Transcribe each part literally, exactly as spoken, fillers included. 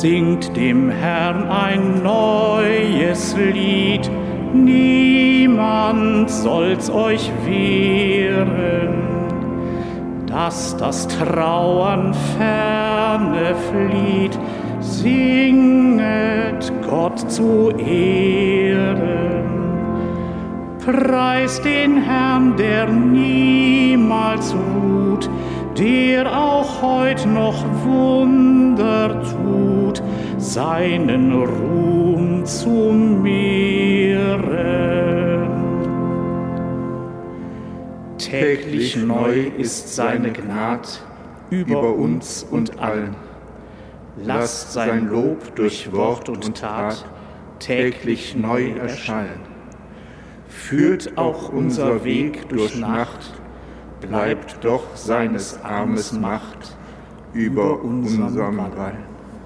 Singt dem Herrn ein neues Lied, niemand soll's euch wehren, dass das Trauern ferne flieht, singet Gott zu Ehren. Preist den Herrn, der niemals ruht, der auch heut noch Wunder tut, seinen Ruhm zu mehren. Täglich neu ist seine Gnad über uns und allen. Lasst sein Lob durch Wort und Tat täglich neu erscheinen. Führt auch unser Weg durch Nacht, bleibt doch seines Armes Macht über unserem Wall.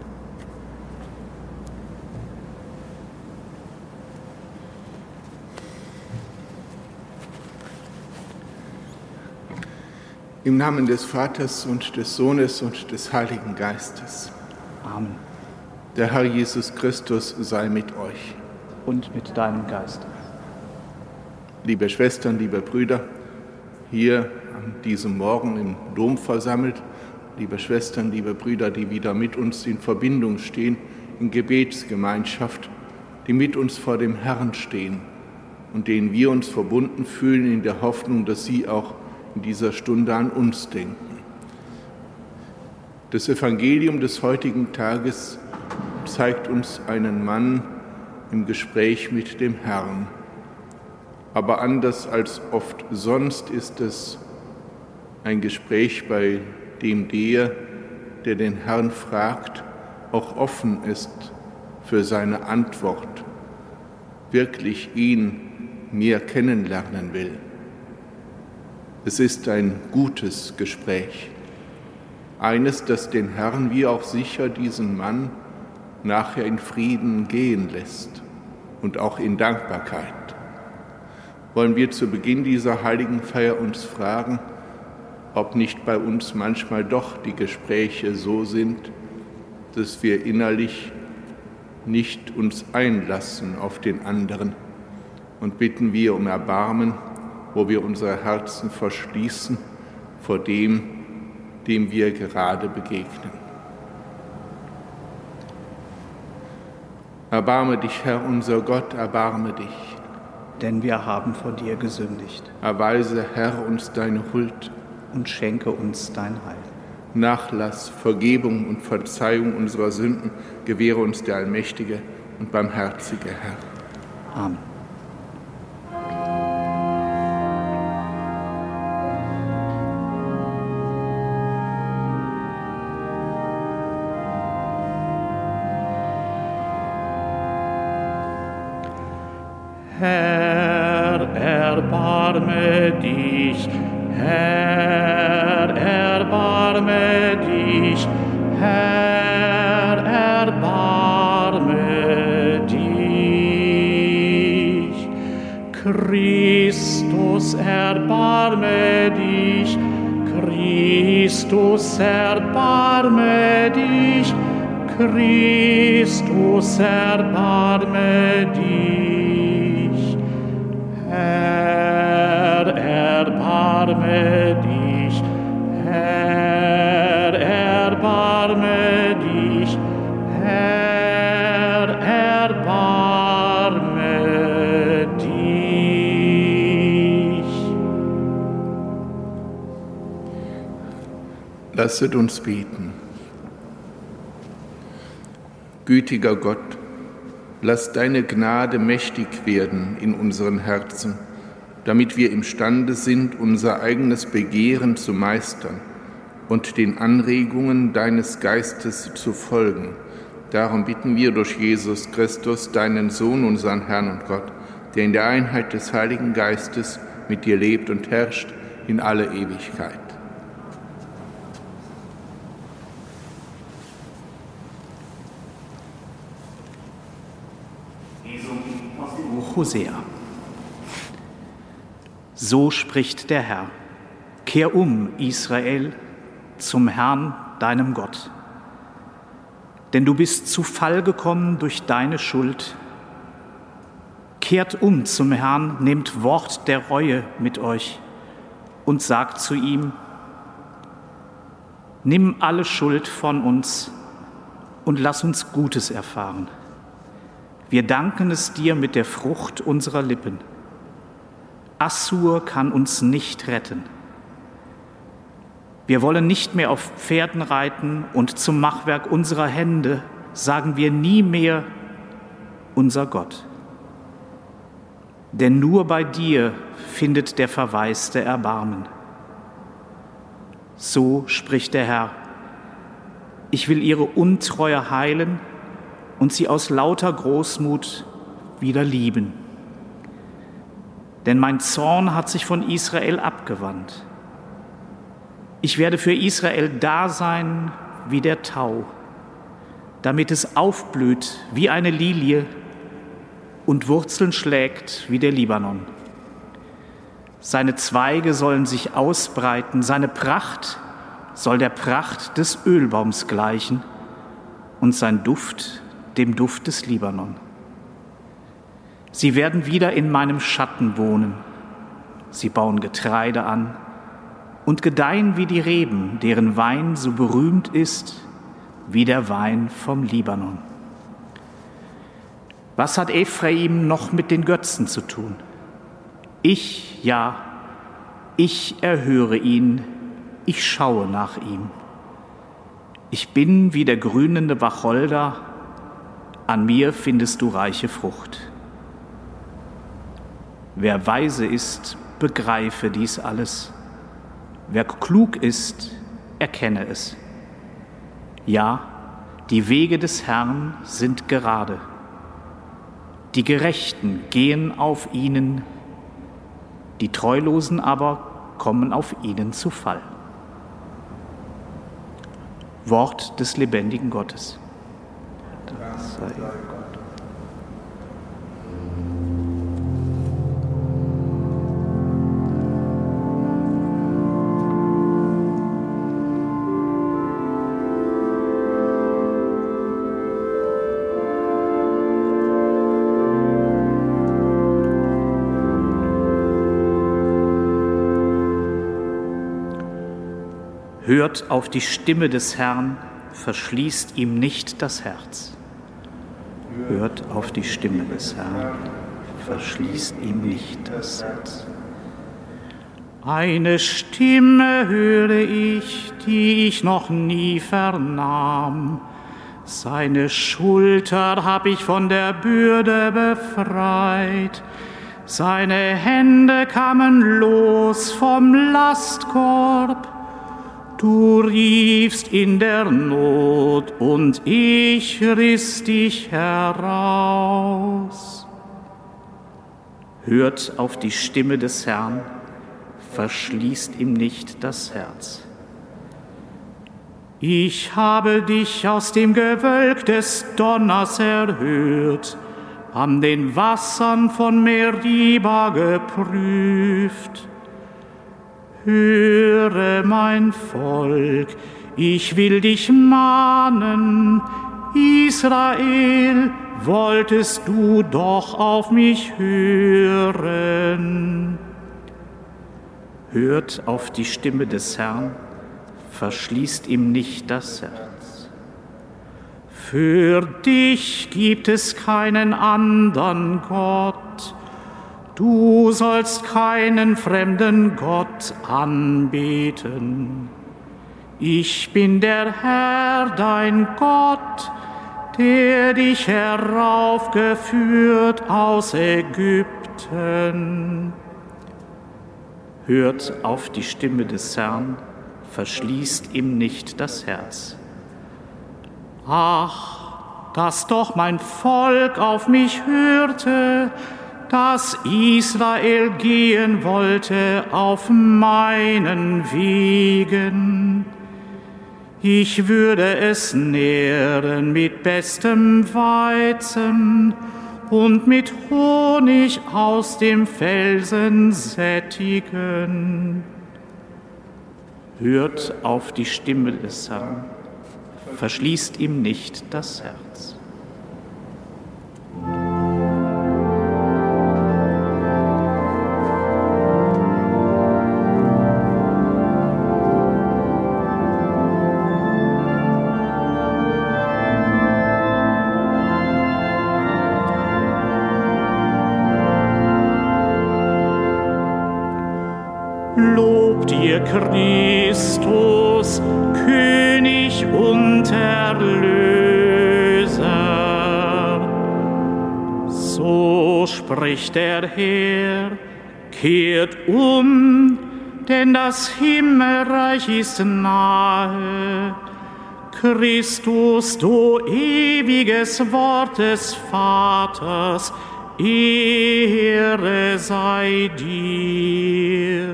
Im Namen des Vaters und des Sohnes und des Heiligen Geistes. Amen. Der Herr Jesus Christus sei mit euch. Und mit deinem Geist. Liebe Schwestern, liebe Brüder, hier an diesem Morgen im Dom versammelt, liebe Schwestern, liebe Brüder, die wieder mit uns in Verbindung stehen, in Gebetsgemeinschaft, die mit uns vor dem Herrn stehen und denen wir uns verbunden fühlen in der Hoffnung, dass sie auch in dieser Stunde an uns denken. Das Evangelium des heutigen Tages zeigt uns einen Mann im Gespräch mit dem Herrn. Aber anders als oft sonst ist es ein Gespräch, bei dem der, der den Herrn fragt, auch offen ist für seine Antwort, wirklich ihn mehr kennenlernen will. Es ist ein gutes Gespräch, eines, das den Herrn wie auch sicher diesen Mann nachher in Frieden gehen lässt und auch in Dankbarkeit. Wollen wir zu Beginn dieser heiligen Feier uns fragen, ob nicht bei uns manchmal doch die Gespräche so sind, dass wir innerlich nicht uns einlassen auf den anderen und bitten wir um Erbarmen, wo wir unsere Herzen verschließen vor dem, dem wir gerade begegnen. Erbarme dich, Herr unser Gott, erbarme dich. Denn wir haben vor dir gesündigt. Erweise, Herr, uns deine Huld und schenke uns dein Heil. Nachlass, Vergebung und Verzeihung unserer Sünden gewähre uns der allmächtige und barmherzige Herr. Amen. Herr, erbarme dich, Herr, erbarme dich, Herr, erbarme dich. Christus, erbarme dich, Christus, erbarme dich, Christus, erbarme dich. Herr, erbarme dich, Herr, erbarme dich, Herr, erbarme dich. Lasset uns beten. Gütiger Gott, lass deine Gnade mächtig werden in unseren Herzen, damit wir imstande sind, unser eigenes Begehren zu meistern und den Anregungen deines Geistes zu folgen. Darum bitten wir durch Jesus Christus, deinen Sohn, unseren Herrn und Gott, der in der Einheit des Heiligen Geistes mit dir lebt und herrscht in alle Ewigkeit. Hosea. So spricht der Herr: Kehr um, Israel, zum Herrn, deinem Gott. denn du bist zu Fall gekommen durch deine Schuld. Kehrt um zum Herrn, nehmt Wort der Reue mit euch und sagt zu ihm: Nimm alle Schuld von uns und lass uns Gutes erfahren. Wir danken es dir mit der Frucht unserer Lippen. Assur kann uns nicht retten. Wir wollen nicht mehr auf Pferden reiten und zum Machwerk unserer Hände sagen wir nie mehr unser Gott. Denn nur bei dir findet der Verwaiste Erbarmen. So spricht der Herr: Ich will ihre Untreue heilen und sie aus lauter Großmut wieder lieben. Denn mein Zorn hat sich von Israel abgewandt. Ich werde für Israel da sein wie der Tau, damit es aufblüht wie eine Lilie und Wurzeln schlägt wie der Libanon. Seine Zweige sollen sich ausbreiten, seine Pracht soll der Pracht des Ölbaums gleichen und sein Duft dem Duft des Libanon. Sie werden wieder in meinem Schatten wohnen. Sie bauen Getreide an und gedeihen wie die Reben, deren Wein so berühmt ist wie der Wein vom Libanon. Was hat Ephraim noch mit den Götzen zu tun? Ich, ja, ich erhöre ihn, ich schaue nach ihm. Ich bin wie der grünende Wacholder, an mir findest du reiche Frucht. Wer weise ist, begreife dies alles. Wer klug ist, erkenne es. Ja, die Wege des Herrn sind gerade. Die Gerechten gehen auf ihnen, die Treulosen aber kommen auf ihnen zu Fall. Wort des lebendigen Gottes. Dank sei Gott. Hört auf die Stimme des Herrn, verschließt ihm nicht das Herz. Hört auf die Stimme des Herrn, verschließt ihm nicht das Herz. Eine Stimme höre ich, die ich noch nie vernahm. Seine Schulter hab ich von der Bürde befreit. Seine Hände kamen los vom Lastkorb. Du riefst in der Not und ich riss dich heraus. Hört auf die Stimme des Herrn, verschließt ihm nicht das Herz. Ich habe dich aus dem Gewölk des Donners erhört, an den Wassern von Meriba geprüft. Höre, mein Volk, ich will dich mahnen, Israel, wolltest du doch auf mich hören. Hört auf die Stimme des Herrn, verschließt ihm nicht das Herz. Für dich gibt es keinen andern Gott. Du sollst keinen fremden Gott anbeten. Ich bin der Herr, dein Gott, der dich heraufgeführt aus Ägypten. Hört auf die Stimme des Herrn, verschließt ihm nicht das Herz. Ach, dass doch mein Volk auf mich hörte, dass Israel gehen wollte auf meinen Wegen. Ich würde es nähren mit bestem Weizen und mit Honig aus dem Felsen sättigen. Hört auf die Stimme des Herrn, verschließt ihm nicht das Herz. Lobt ihr Christus, König und Erlöser. So spricht der Herr, kehrt um, denn das Himmelreich ist nahe. Christus, du ewiges Wort des Vaters, Ehre sei dir.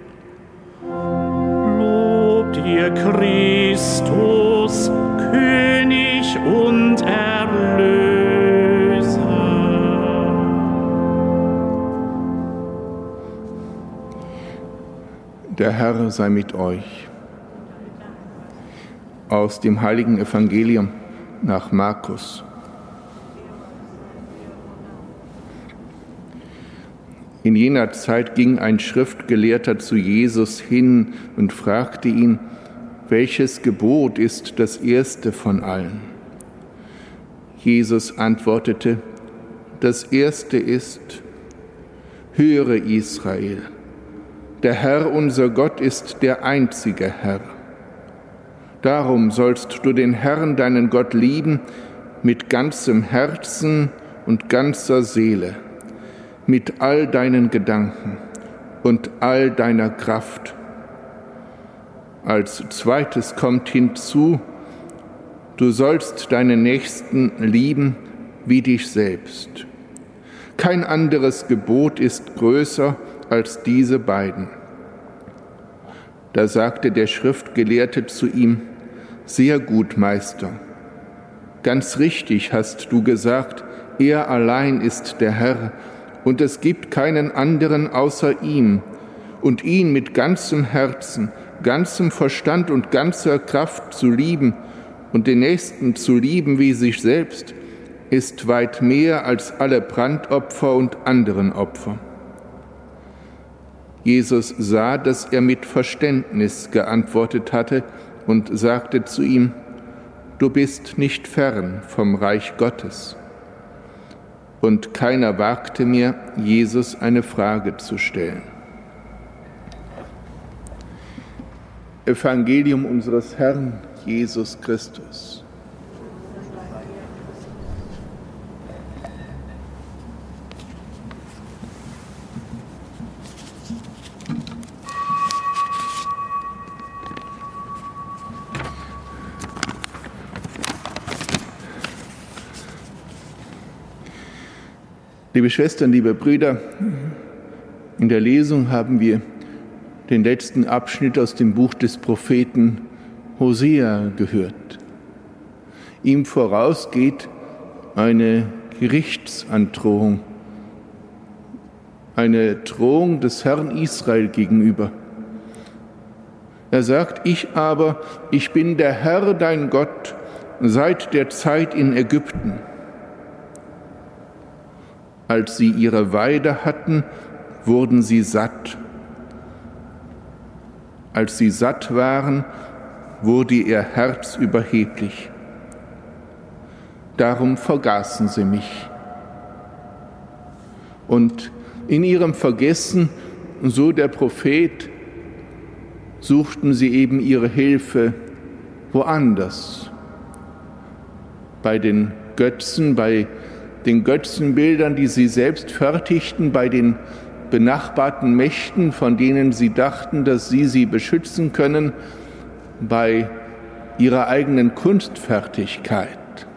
Lobt ihr Christus, König und Erlöser. Der Herr sei mit euch. Aus dem heiligen Evangelium nach Markus. In jener Zeit ging ein Schriftgelehrter zu Jesus hin und fragte ihn, welches Gebot ist das erste von allen? Jesus antwortete, das erste ist, höre Israel, der Herr unser Gott ist der einzige Herr. Darum sollst du den Herrn, deinen Gott, lieben mit ganzem Herzen und ganzer Seele, mit all deinen Gedanken und all deiner Kraft. Als zweites kommt hinzu, du sollst deinen Nächsten lieben wie dich selbst. Kein anderes Gebot ist größer als diese beiden. Da sagte der Schriftgelehrte zu ihm, sehr gut, Meister. Ganz richtig hast du gesagt, er allein ist der Herr, und es gibt keinen anderen außer ihm, und ihn mit ganzem Herzen, ganzem Verstand und ganzer Kraft zu lieben und den Nächsten zu lieben wie sich selbst, ist weit mehr als alle Brandopfer und anderen Opfer. Jesus sah, dass er mit Verständnis geantwortet hatte und sagte zu ihm, du bist nicht fern vom Reich Gottes. Und keiner wagte mehr, Jesus eine Frage zu stellen. Evangelium unseres Herrn Jesus Christus. Liebe Schwestern, liebe Brüder, in der Lesung haben wir den letzten Abschnitt aus dem Buch des Propheten Hosea gehört. Ihm vorausgeht eine Gerichtsandrohung, eine Drohung des Herrn Israel gegenüber. Er sagt, ich aber, ich bin der Herr, dein Gott, seit der Zeit in Ägypten. Als sie ihre Weide hatten, wurden sie satt. Als sie satt waren, wurde ihr Herz überheblich. Darum vergaßen sie mich. Und in ihrem Vergessen, so der Prophet, suchten sie eben ihre Hilfe woanders. Bei den Götzen, bei den Götzenbildern, die sie selbst fertigten, bei den benachbarten Mächten, von denen sie dachten, dass sie sie beschützen können, bei ihrer eigenen Kunstfertigkeit.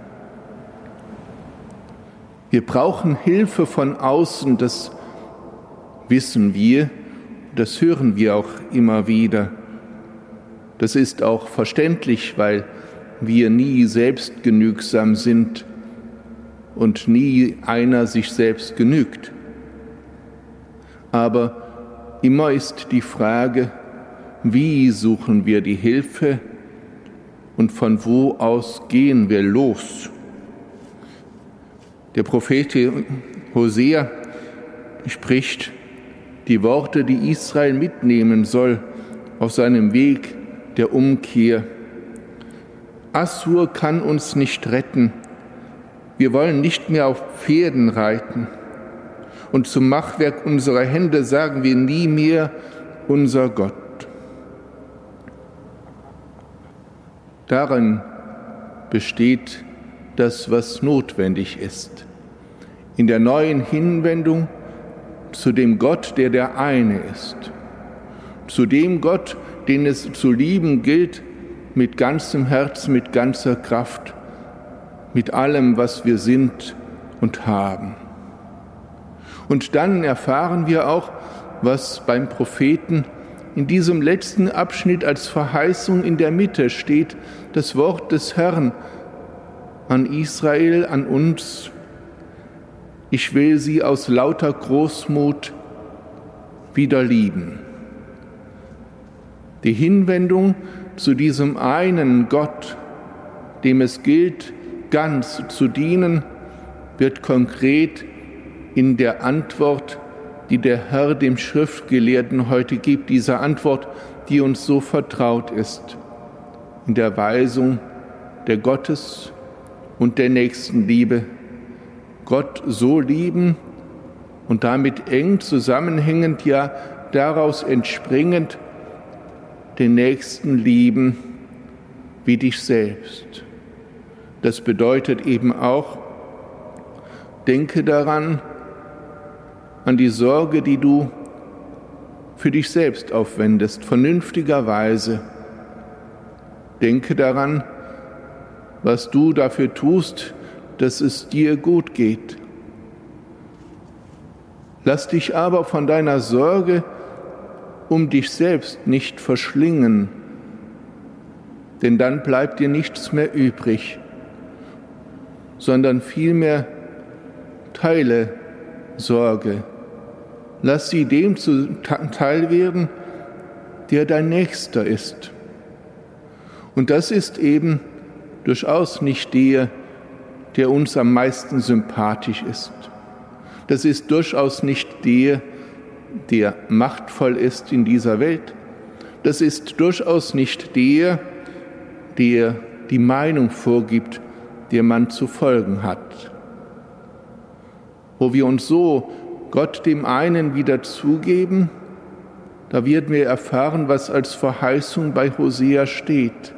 Wir brauchen Hilfe von außen, das wissen wir, das hören wir auch immer wieder. Das ist auch verständlich, weil wir nie selbstgenügsam sind und nie einer sich selbst genügt. Aber immer ist die Frage, wie suchen wir die Hilfe und von wo aus gehen wir los? Der Prophet Hosea spricht die Worte, die Israel mitnehmen soll auf seinem Weg der Umkehr. Assur kann uns nicht retten. Wir wollen nicht mehr auf Pferden reiten. Und zum Machwerk unserer Hände sagen wir nie mehr unser Gott. Darin besteht das, was notwendig ist. In der neuen Hinwendung zu dem Gott, der der eine ist. Zu dem Gott, den es zu lieben gilt, mit ganzem Herz, mit ganzer Kraft, mit allem, was wir sind und haben. Und dann erfahren wir auch, was beim Propheten in diesem letzten Abschnitt als Verheißung in der Mitte steht, das Wort des Herrn an Israel, an uns. Ich will sie aus lauter Großmut wieder lieben. Die Hinwendung zu diesem einen Gott, dem es gilt, ganz zu dienen, wird konkret in der Antwort, die der Herr dem Schriftgelehrten heute gibt, dieser Antwort, die uns so vertraut ist, in der Weisung der Gottes- und der Nächstenliebe. Gott so lieben und damit eng zusammenhängend, ja daraus entspringend, den Nächsten lieben wie dich selbst. Das bedeutet eben auch, denke daran, an die Sorge, die du für dich selbst aufwendest, vernünftigerweise. Denke daran, was du dafür tust, dass es dir gut geht. Lass dich aber von deiner Sorge um dich selbst nicht verschlingen, denn dann bleibt dir nichts mehr übrig, sondern vielmehr teile Sorge. Lass sie dem zuteil werden, der dein Nächster ist. Und das ist eben durchaus nicht der, der uns am meisten sympathisch ist. Das ist durchaus nicht der, der machtvoll ist in dieser Welt. Das ist durchaus nicht der, der die Meinung vorgibt, der man zu folgen hat. Wo wir uns so Gott dem einen wieder zugeben, da werden wir erfahren, was als Verheißung bei Hosea steht,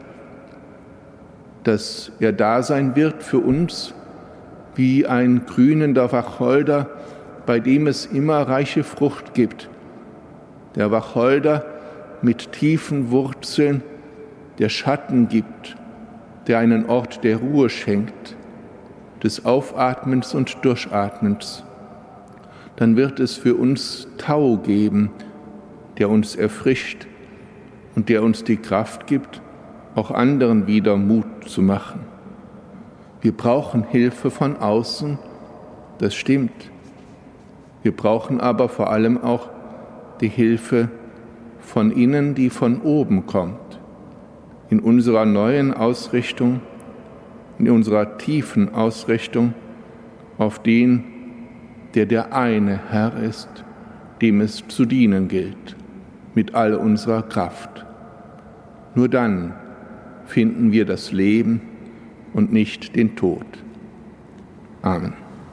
dass er da sein wird für uns wie ein grünender Wacholder, bei dem es immer reiche Frucht gibt. Der Wacholder mit tiefen Wurzeln, der Schatten gibt, der einen Ort der Ruhe schenkt, des Aufatmens und Durchatmens. Dann wird es für uns Tau geben, der uns erfrischt und der uns die Kraft gibt, auch anderen wieder Mut zu machen. Wir brauchen Hilfe von außen, das stimmt. Wir brauchen aber vor allem auch die Hilfe von innen, die von oben kommt. In unserer neuen Ausrichtung, in unserer tiefen Ausrichtung auf den, der der eine Herr ist, dem es zu dienen gilt, mit all unserer Kraft. Nur dann finden wir das Leben und nicht den Tod. Amen.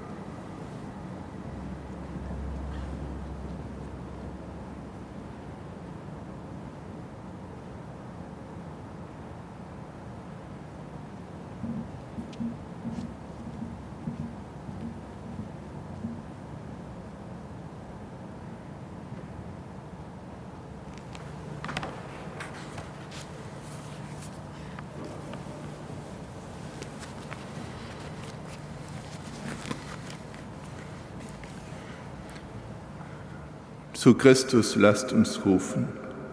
Zu Christus lasst uns rufen.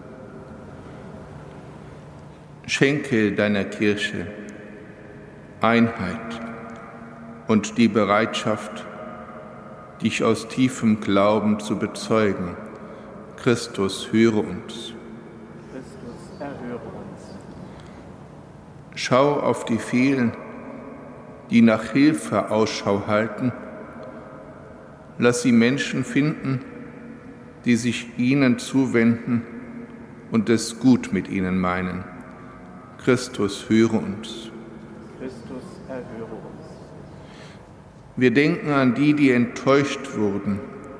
Schenke deiner Kirche Einheit und die Bereitschaft, dich aus tiefem Glauben zu bezeugen. Christus, höre uns. Christus, erhöre uns. Schau auf die vielen, die nach Hilfe Ausschau halten. Lass sie Menschen finden, die sich ihnen zuwenden und es gut mit ihnen meinen. Christus, höre uns. Christus, erhöre uns. Wir denken an die, die enttäuscht wurden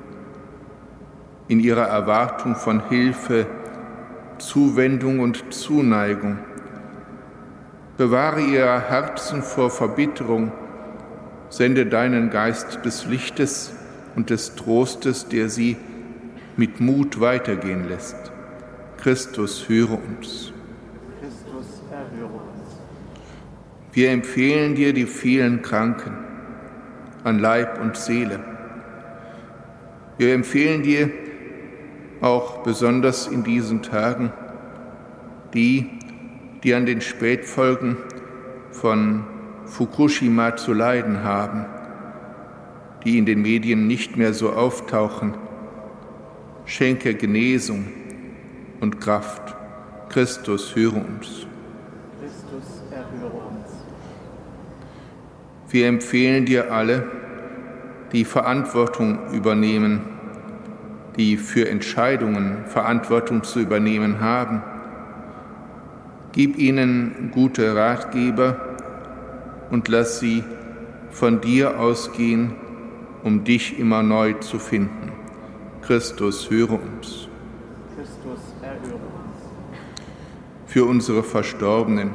in ihrer Erwartung von Hilfe, Zuwendung und Zuneigung. Bewahre ihre Herzen vor Verbitterung, sende deinen Geist des Lichtes und des Trostes, der sie mit Mut weitergehen lässt. Christus, höre uns. Christus, erhöre uns. Wir empfehlen dir die vielen Kranken an Leib und Seele. Wir empfehlen dir auch besonders in diesen Tagen die, die an den Spätfolgen von Fukushima zu leiden haben, die in den Medien nicht mehr so auftauchen. Schenke Genesung und Kraft. Christus, höre uns. Christus, erhöre uns. Wir empfehlen dir alle, die Verantwortung übernehmen, die für Entscheidungen Verantwortung zu übernehmen haben. Gib ihnen gute Ratgeber und lass sie von dir ausgehen, um dich immer neu zu finden. Christus, höre uns. Christus, erhöre uns. Für unsere Verstorbenen,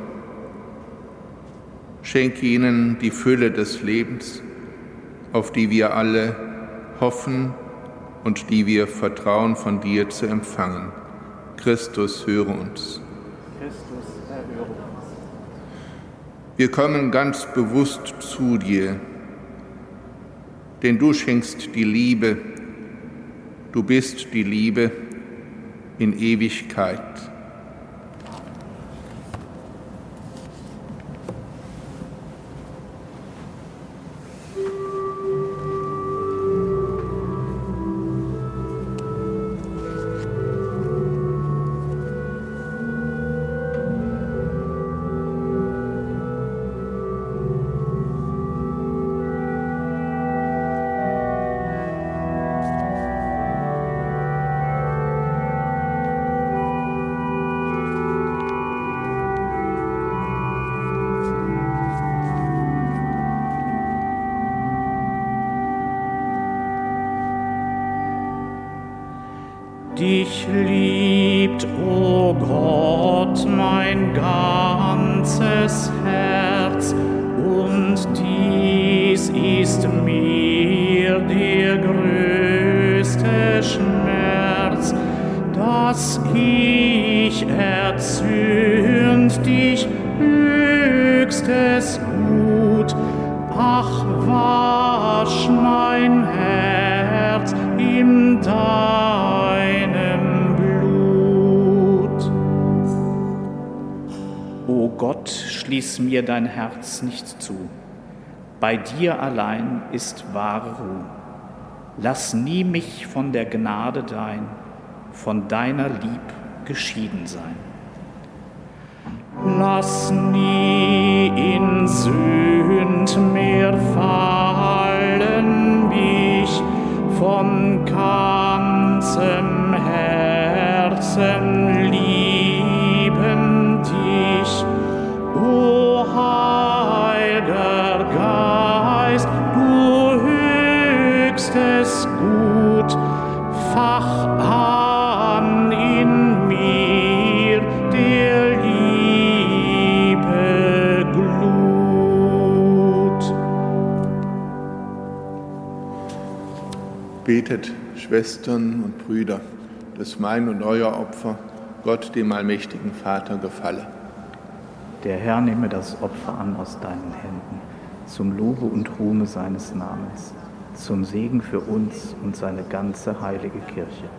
schenke ihnen die Fülle des Lebens, auf die wir alle hoffen und die wir vertrauen, von dir zu empfangen. Christus, höre uns. Christus, erhöre uns. Wir kommen ganz bewusst zu dir, denn du schenkst die Liebe, du bist die Liebe in Ewigkeit. Dich liebt, o Gott, mein ganzes Herz, und dies ist mir der größte Schmerz, dass ich erzürnt dich höchstes Gut. Ach, wasch mein Herz in deinem Blut. O Gott, schließ mir dein Herz nicht zu. Bei dir allein ist wahre Ruhe. Lass nie mich von der Gnade dein, von deiner Lieb geschieden sein. Lass nie in Sünd mehr fallen mich, von ganzem Herzen lieben dich. O Heiliger Geist, du höchstes Gut, fach an in mir der Liebe Glut. Betet, Schwestern und Brüder, dass mein und euer Opfer Gott, dem allmächtigen Vater, gefalle. Der Herr nehme das Opfer an aus deinen Händen, zum Lobe und Ruhme seines Namens, zum Segen für uns und seine ganze heilige Kirche.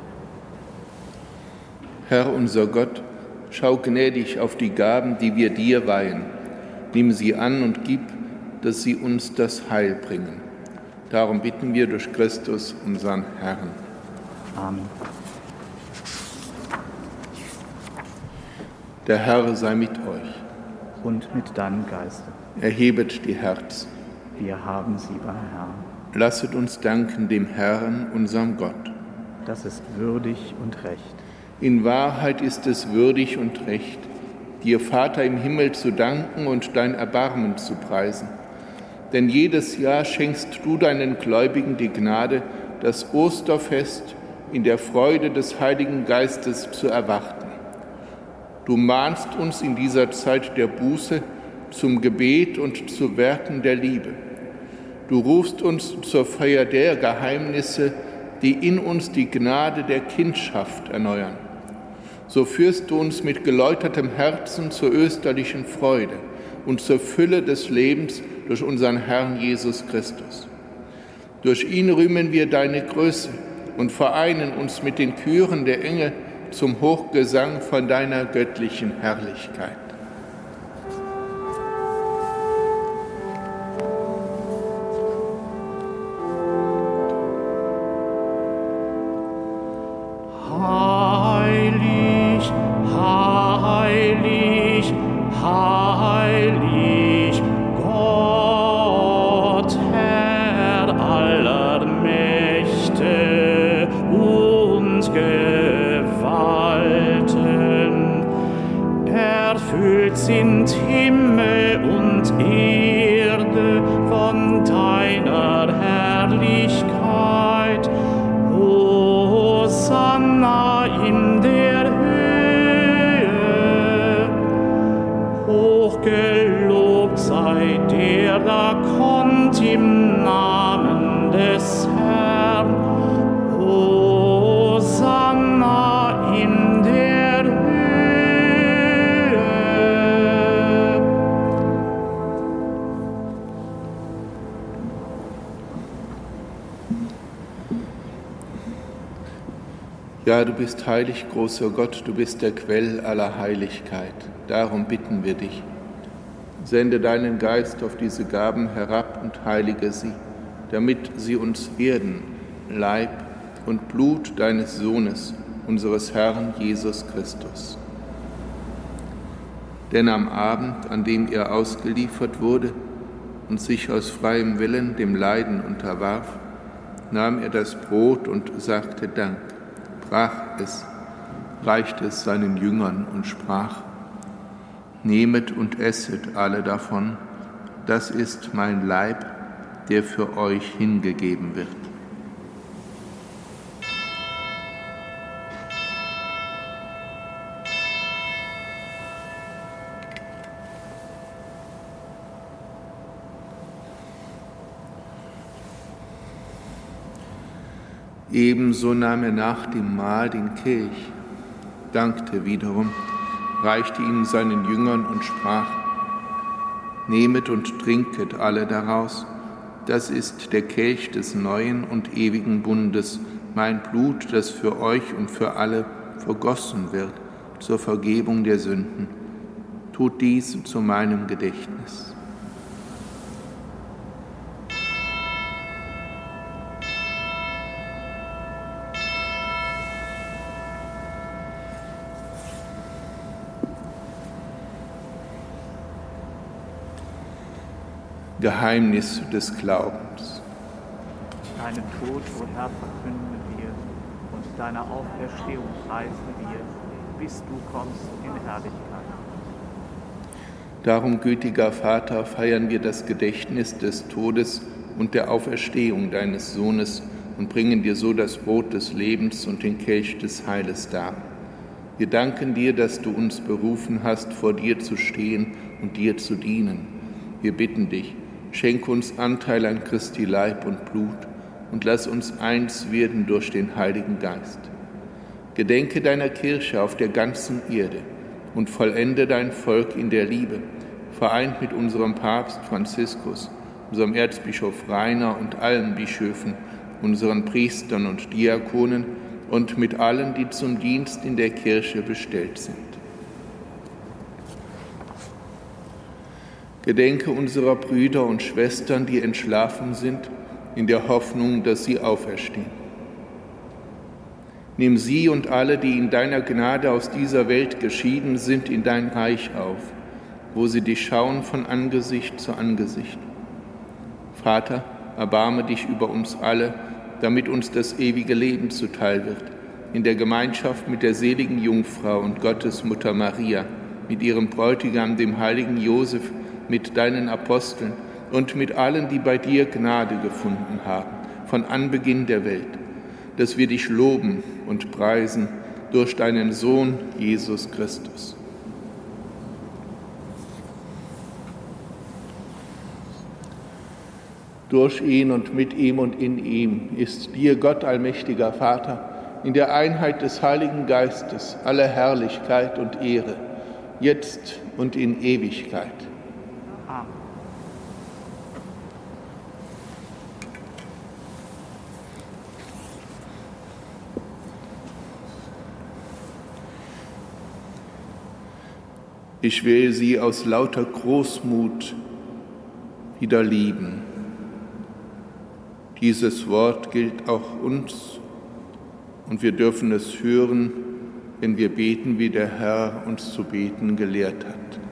Herr unser Gott, schau gnädig auf die Gaben, die wir dir weihen. Nimm sie an und gib, dass sie uns das Heil bringen. Darum bitten wir durch Christus, unseren Herrn. Amen. Der Herr sei mit euch. und mit deinem Geiste. Erhebet die Herzen. Wir haben sie beim Herrn. Lasset uns danken dem Herrn, unserem Gott. Das ist würdig und recht. In Wahrheit ist es würdig und recht, dir, Vater im Himmel, zu danken und dein Erbarmen zu preisen. Denn jedes Jahr schenkst du deinen Gläubigen die Gnade, das Osterfest in der Freude des Heiligen Geistes zu erwarten. Du mahnst uns in dieser Zeit der Buße zum Gebet und zu Werken der Liebe. Du rufst uns zur Feier der Geheimnisse, die in uns die Gnade der Kindschaft erneuern. So führst du uns mit geläutertem Herzen zur österlichen Freude und zur Fülle des Lebens durch unseren Herrn Jesus Christus. Durch ihn rühmen wir deine Größe und vereinen uns mit den Chören der Engel zum Hochgesang von deiner göttlichen Herrlichkeit. Heilig, heilig, heilig, Gott, Herr aller Mächte und Gewalten. Erfüllt sind Himmel und Erde von deiner Herrlichkeit. Hosanna in der Höhe, hochgelobt sei der, da kommt im Namen des Herrn. Hosanna in der Höhe. Ja, du bist heilig, großer Gott, du bist der Quell aller Heiligkeit. Darum bitten wir dich. Sende deinen Geist auf diese Gaben herab und heilige sie, damit sie uns erden, Leib und Blut deines Sohnes, unseres Herrn Jesus Christus. Denn am Abend, an dem er ausgeliefert wurde und sich aus freiem Willen dem Leiden unterwarf, nahm er das Brot und sagte Dank, brach es, reichte es seinen Jüngern und sprach: Nehmet und esset alle davon, das ist mein Leib, der für euch hingegeben wird. Ebenso nahm er nach dem Mahl den Kelch, dankte wiederum, reichte ihn seinen Jüngern und sprach: Nehmet und trinket alle daraus, das ist der Kelch des neuen und ewigen Bundes, mein Blut, das für euch und für alle vergossen wird zur Vergebung der Sünden. Tut dies zu meinem Gedächtnis. Geheimnis des Glaubens. Deinen Tod, o Herr, verkünden wir und deine Auferstehung preisen wir, bis du kommst in Herrlichkeit. Darum, gütiger Vater, feiern wir das Gedächtnis des Todes und der Auferstehung deines Sohnes und bringen dir so das Brot des Lebens und den Kelch des Heiles dar. Wir danken dir, dass du uns berufen hast, vor dir zu stehen und dir zu dienen. Wir bitten dich, schenk uns Anteil an Christi Leib und Blut und lass uns eins werden durch den Heiligen Geist. Gedenke deiner Kirche auf der ganzen Erde und vollende dein Volk in der Liebe, vereint mit unserem Papst Franziskus, unserem Erzbischof Rainer und allen Bischöfen, unseren Priestern und Diakonen und mit allen, die zum Dienst in der Kirche bestellt sind. Gedenke unserer Brüder und Schwestern, die entschlafen sind, in der Hoffnung, dass sie auferstehen. Nimm sie und alle, die in deiner Gnade aus dieser Welt geschieden sind, in dein Reich auf. wo sie dich schauen von Angesicht zu Angesicht. Vater, erbarme dich über uns alle, damit uns das ewige Leben zuteil wird, in der Gemeinschaft mit der seligen Jungfrau und Gottes Mutter Maria, mit ihrem Bräutigam, dem heiligen Josef, mit deinen Aposteln und mit allen, die bei dir Gnade gefunden haben, von Anbeginn der Welt, dass wir dich loben und preisen durch deinen Sohn Jesus Christus. Durch ihn und mit ihm und in ihm ist dir, Gott allmächtiger Vater, in der Einheit des Heiligen Geistes alle Herrlichkeit und Ehre, jetzt und in Ewigkeit. Amen. Ich will sie aus lauter Großmut wieder lieben. Dieses Wort gilt auch uns und wir dürfen es hören, wenn wir beten, wie der Herr uns zu beten gelehrt hat.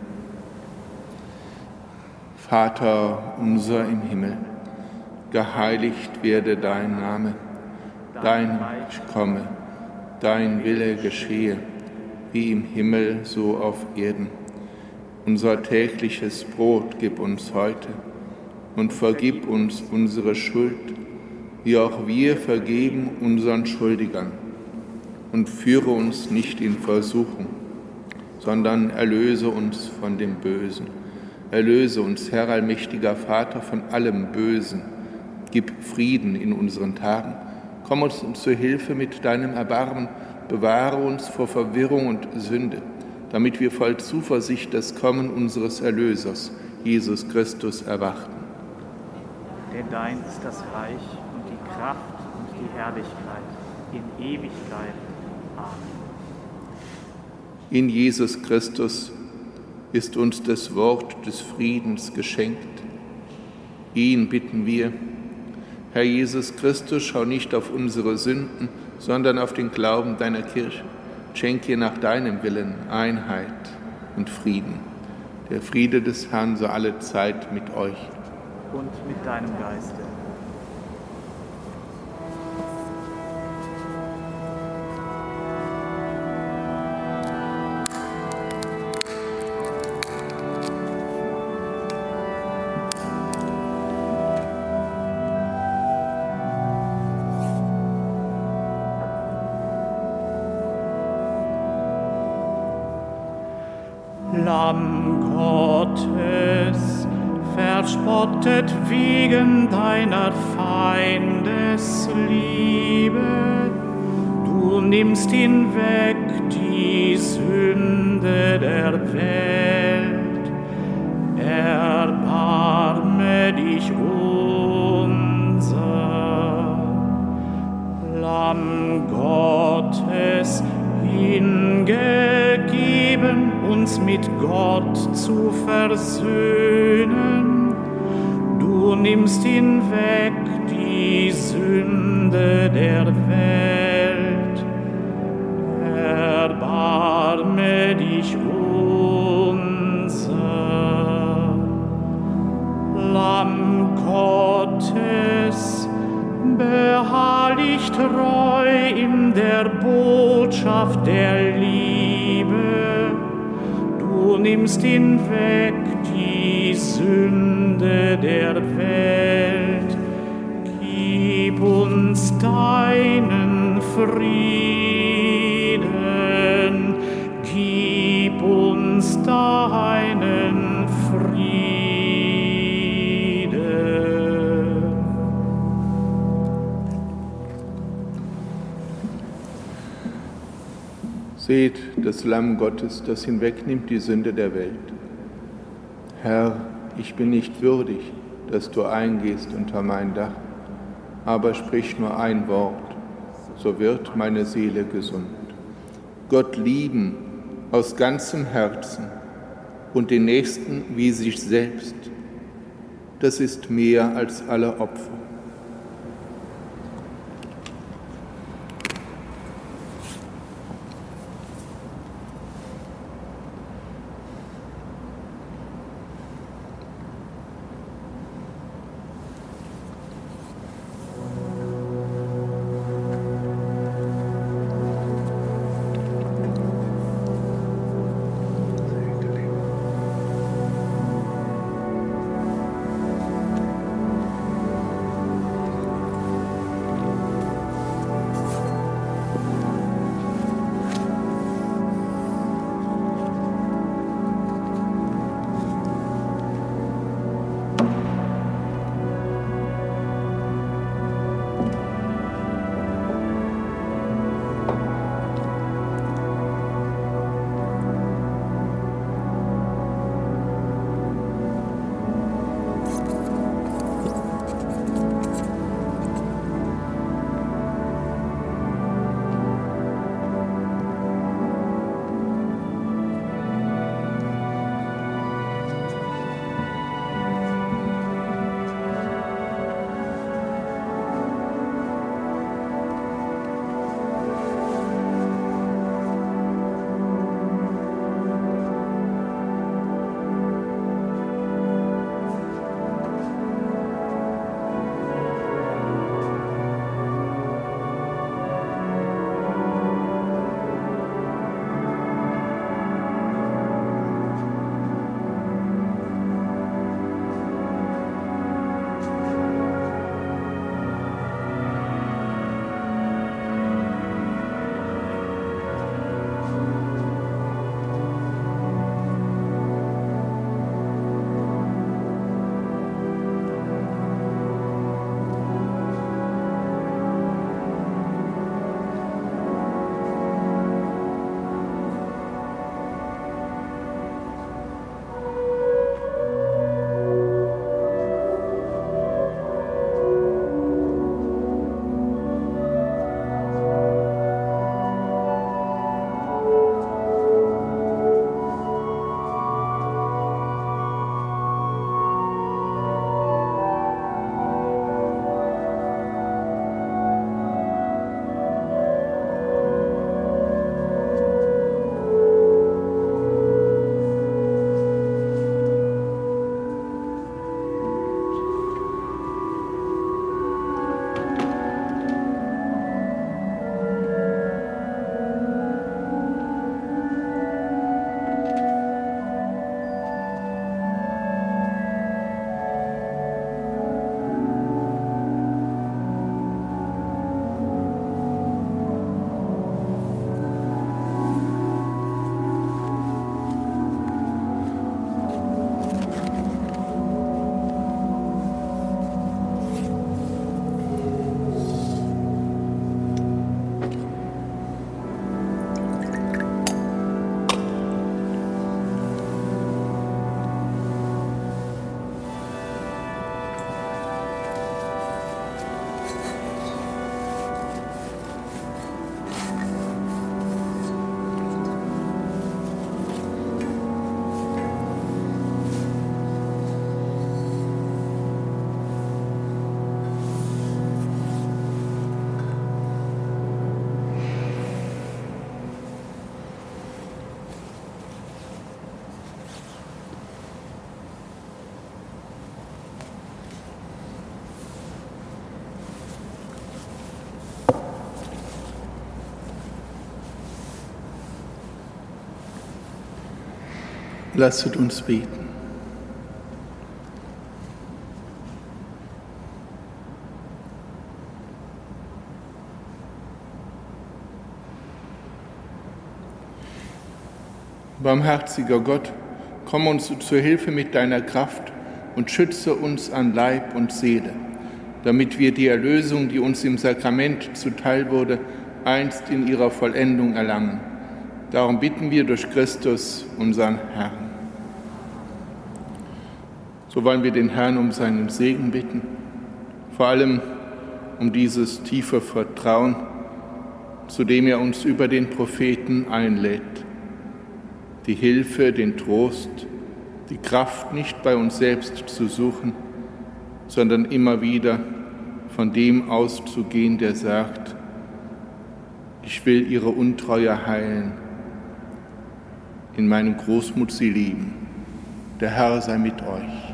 Vater unser im Himmel, geheiligt werde dein Name, dein Reich komme, dein Wille geschehe, wie im Himmel so auf Erden. Unser tägliches Brot gib uns heute und vergib uns unsere Schuld, wie auch wir vergeben unseren Schuldigern. Und führe uns nicht in Versuchung, sondern erlöse uns von dem Bösen. Erlöse uns, Herr allmächtiger Vater, von allem Bösen. Gib Frieden in unseren Tagen. Komm uns zur Hilfe mit deinem Erbarmen. Bewahre uns vor Verwirrung und Sünde, damit wir voll Zuversicht das Kommen unseres Erlösers, Jesus Christus, erwarten. Denn dein ist das Reich und die Kraft und die Herrlichkeit in Ewigkeit. Amen. In Jesus Christus ist uns das Wort des Friedens geschenkt. Ihn bitten wir, Herr Jesus Christus, schau nicht auf unsere Sünden, sondern auf den Glauben deiner Kirche. Schenk ihr nach deinem Willen Einheit und Frieden. Der Friede des Herrn sei alle Zeit mit euch. Und mit deinem Geiste. Lamm Gottes, verspottet wegen deiner Feindes Liebe, du nimmst hinweg die Sünde der Welt. Erbarme dich unser. Lamm Gottes, hingegeben, uns mit Gott zu versöhnen. Du nimmst hinweg die Sünde der Welt. Erbarme dich unser. Lamm Gottes, beharrlich treu in der Botschaft der Liebe, du nimmst hinweg die Sünde der Welt. Gib uns deinen Frieden, gib uns deinen Frieden. Seht das Lamm Gottes, das hinwegnimmt die Sünde der Welt. Herr, ich bin nicht würdig, dass du eingehst unter mein Dach, aber sprich nur ein Wort, so wird meine Seele gesund. Gott lieben aus ganzem Herzen und den Nächsten wie sich selbst, das ist mehr als alle Opfer. Lasset uns beten. Barmherziger Gott, komm uns zur Hilfe mit deiner Kraft und schütze uns an Leib und Seele, damit wir die Erlösung, die uns im Sakrament zuteil wurde, einst in ihrer Vollendung erlangen. Darum bitten wir durch Christus, unseren Herrn. So wollen wir den Herrn um seinen Segen bitten, vor allem um dieses tiefe Vertrauen, zu dem er uns über den Propheten einlädt. Die Hilfe, den Trost, die Kraft, nicht bei uns selbst zu suchen, sondern immer wieder von dem auszugehen, der sagt, ich will ihre Untreue heilen, in meinem Großmut sie lieben. Der Herr sei mit euch.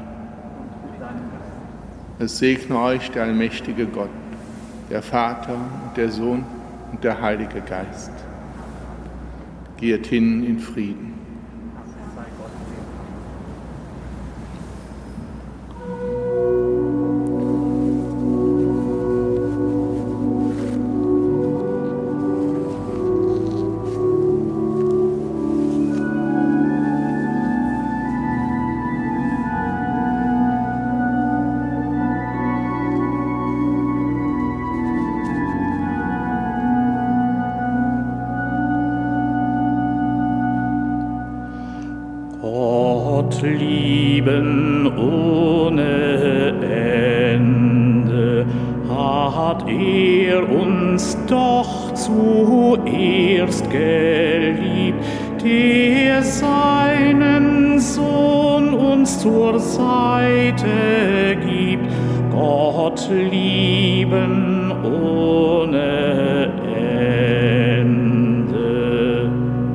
Es segne euch der allmächtige Gott, der Vater und der Sohn und der Heilige Geist. Geht hin in Frieden. Lieben ohne Ende hat er uns doch zuerst geliebt, der seinen Sohn uns zur Seite gibt. Gott lieben ohne Ende,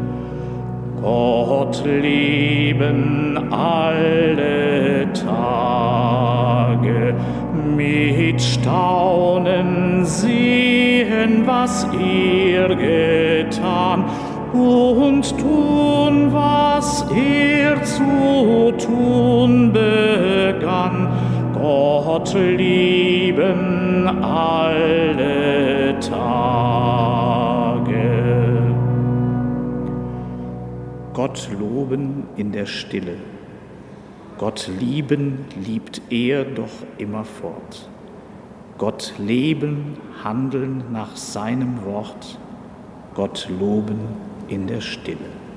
Gott lieben alle Tage, mit Staunen sehen, was er getan, und tun, was er zu tun begann. Gott lieben alle Tage. Gott loben in der Stille. Gott lieben liebt er doch immerfort. Gott leben, handeln nach seinem Wort. Gott loben in der Stille.